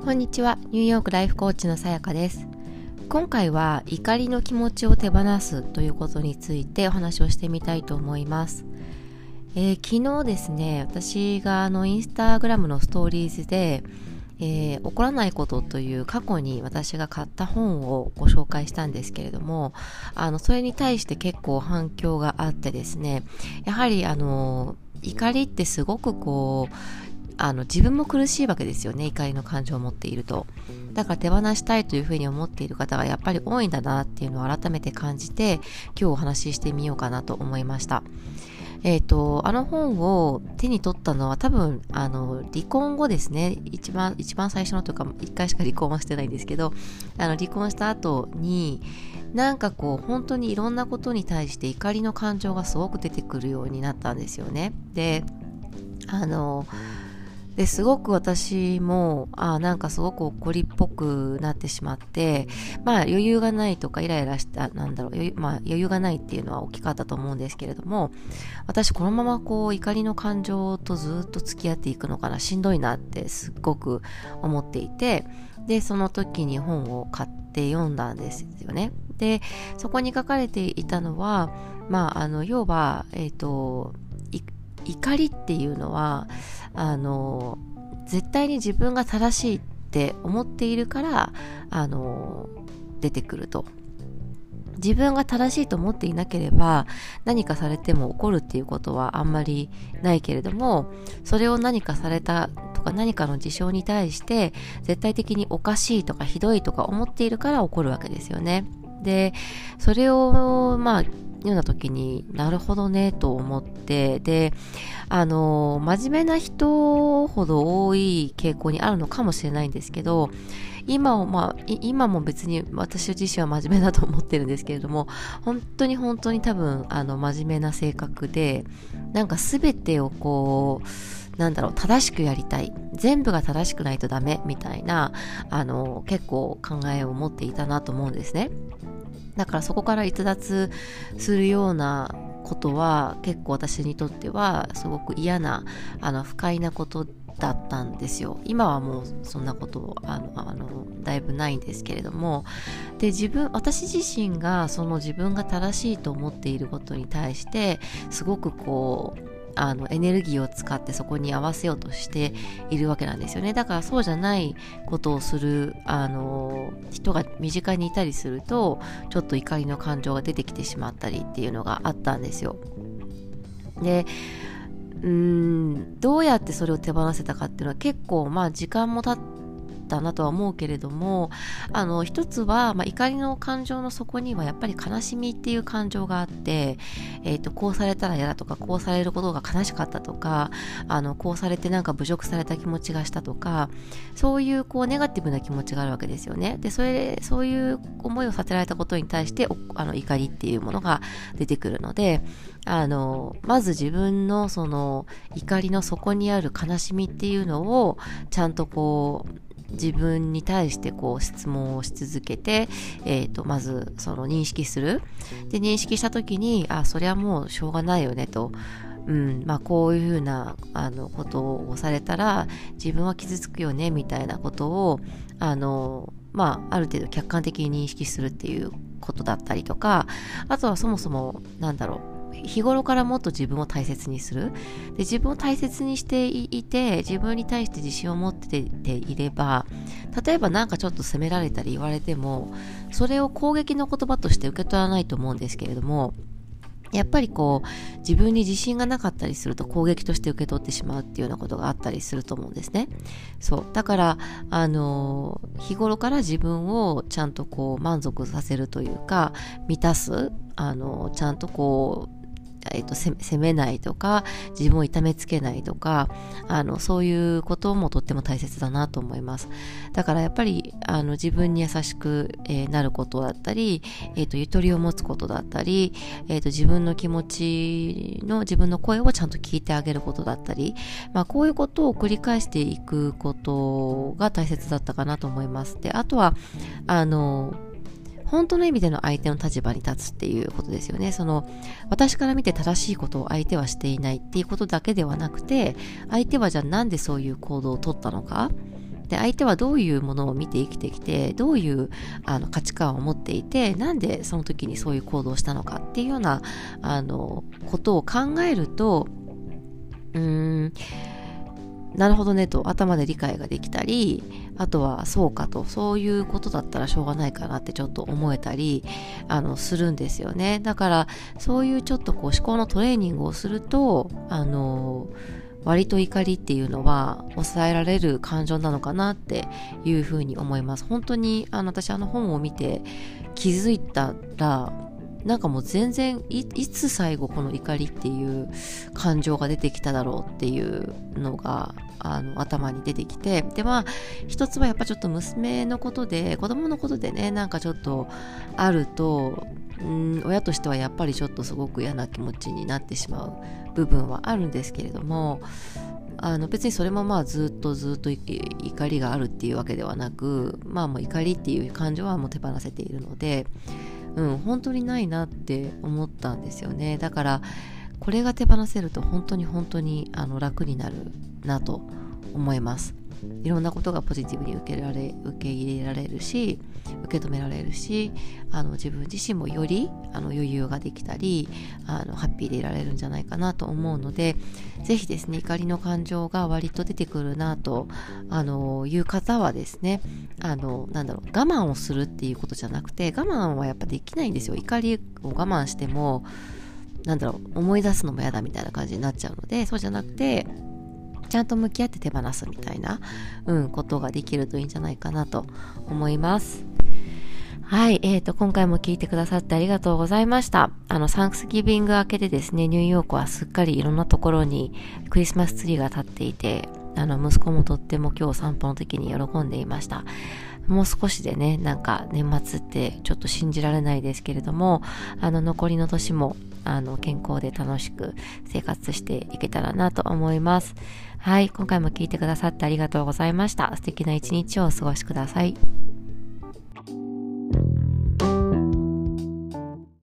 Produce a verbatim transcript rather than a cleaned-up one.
こんにちは。ニューヨークライフコーチのさやかです。今回は怒りの気持ちを手放すということについてお話をしてみたいと思います。えー、昨日ですね、私があのインスタグラムのストーリーズで、えー、怒らないことという過去に私が買った本をご紹介したんですけれども、あのそれに対して結構反響があってですね、やはりあの怒りってすごくこうあの自分も苦しいわけですよね。怒りの感情を持っていると。だから手放したいというふうに思っている方がやっぱり多いんだなっていうのを改めて感じて、今日お話ししてみようかなと思いました。えっと、あの本を手に取ったのは多分、あの、離婚後ですね。一番、一番最初のというか、一回しか離婚はしてないんですけど、あの、離婚した後に、なんかこう、本当にいろんなことに対して怒りの感情がすごく出てくるようになったんですよね。で、あの、ですごく私もあなんかすごく怒りっぽくなってしまって、まあ余裕がないとかイライラしたなんだろう余裕、まあ、余裕がないっていうのは大きかったと思うんですけれども、私このままこう怒りの感情とずっと付き合っていくのかな、しんどいなってすっごく思っていて、でその時に本を買って読んだんですよね。でそこに書かれていたのは、まああの要はえっと怒りっていうのはあの絶対に自分が正しいって思っているからあの出てくると。自分が正しいと思っていなければ何かされても怒るっていうことはあんまりないけれども、それを何かされたとか何かの事象に対して絶対的におかしいとかひどいとか思っているから怒るわけですよね。でそれをまあ読んだ時になるほどねと思って、であの真面目な人ほど多い傾向にあるのかもしれないんですけど、今をまあ今も別に私自身は真面目だと思ってるんですけれども、本当に本当に多分あの真面目な性格で、なんか全てをこうなんだろう正しくやりたい、全部が正しくないとダメみたいなあの結構考えを持っていたなと思うんですね。だからそこから逸脱するようなことは結構私にとってはすごく嫌なあの不快なことだったんですよ。今はもうそんなことあのあのだいぶないんですけれども、で自分私自身がその自分が正しいと思っていることに対してすごくこうあのエネルギーを使ってそこに合わせようとしているわけなんですよね。だからそうじゃないことをするあの人が身近にいたりすると、ちょっと怒りの感情が出てきてしまったりっていうのがあったんですよ。でうーんどうやってそれを手放せたかっていうのは結構まあ時間も経ったなとは思うけれども、あの一つは、まあ、怒りの感情の底にはやっぱり悲しみっていう感情があって、えーと、こうされたら嫌だとか、こうされることが悲しかったとか、あのこうされてなんか侮辱された気持ちがしたとか、そういうこうネガティブな気持ちがあるわけですよね。でそれでそういう思いをさせられたことに対してあの怒りっていうものが出てくるので、あのまず自分のその怒りの底にある悲しみっていうのをちゃんとこう自分に対してこう質問をし続けて、えーと、まずその認識する。で認識した時に、あそれはもうしょうがないよねと、うんまあ、こういうふうなあのことをされたら自分は傷つくよねみたいなことをあの、まあ、ある程度客観的に認識するっていうことだったりとか、あとはそもそもなんだろう日頃からもっと自分を大切にする。で自分を大切にしていて自分に対して自信を持ってていれば、例えばなんかちょっと責められたり言われてもそれを攻撃の言葉として受け取らないと思うんですけれども、やっぱりこう自分に自信がなかったりすると攻撃として受け取ってしまうっていうようなことがあったりすると思うんですね。そうだからあの日頃から自分をちゃんとこう満足させるというか満たす、あのちゃんとこうえっと、責めないとか自分を痛めつけないとか、あのそういうこともとっても大切だなと思います。だからやっぱりあの自分に優しく、えー、なることだったり、えーと、ゆとりを持つことだったり、えーと、自分の気持ちの自分の声をちゃんと聞いてあげることだったり、まあ、こういうことを繰り返していくことが大切だったかなと思います。であとはあの本当の意味での相手の立場に立つっていうことですよね。その私から見て正しいことを相手はしていないっていうことだけではなくて、相手はじゃあなんでそういう行動を取ったのか、 で、相手はどういうものを見て生きてきて、どういうあの価値観を持っていて、なんでその時にそういう行動をしたのかっていうようなあのことを考えると、うーんなるほどねと頭で理解ができたり、あとはそうかと、そういうことだったらしょうがないかなってちょっと思えたりあのするんですよね。だからそういうちょっとこう思考のトレーニングをすると、あの割と怒りっていうのは抑えられる感情なのかなっていうふうに思います。本当にあの私あの本を見て気づいたら、なんかもう全然 い, いつ最後この怒りっていう感情が出てきただろうっていうのがあの頭に出てきて、でまあ一つはやっぱちょっと娘のことで、子供のことでね、なんかちょっとあると、うん親としてはやっぱりちょっとすごく嫌な気持ちになってしまう部分はあるんですけれども、あの別にそれもまあずっとずっと怒りがあるっていうわけではなく、まあもう怒りっていう感情はもう手放せているので、うん、本当にないなって思ったんですよね。だからこれが手放せると本当に本当にあの楽になるなと思います。いろんなことがポジティブに受けられ受け入れられるし、受け止められるし、あの自分自身もよりあの余裕ができたり、あのハッピーでいられるんじゃないかなと思うので、ぜひですね、怒りの感情が割と出てくるなとあのいう方はですね、あのなんだろう我慢をするっていうことじゃなくて、我慢はやっぱできないんですよ。怒りを我慢してもなんだろう思い出すのも嫌だみたいな感じになっちゃうので、そうじゃなくてちゃんと向き合って手放すみたいな、うん、ことができるといいんじゃないかなと思います。はい、えーと、今回も聞いてくださってありがとうございました。あの、サンクスギビング明けでですね、ニューヨークはすっかりいろんなところにクリスマスツリーが立っていて、あの、息子もとっても今日散歩の時に喜んでいました。もう少しでね、なんか年末ってちょっと信じられないですけれども、あの、残りの年もあの健康で楽しく生活していけたらなと思います。はい、今回も聞いてくださってありがとうございました。素敵な一日をお過ごしください。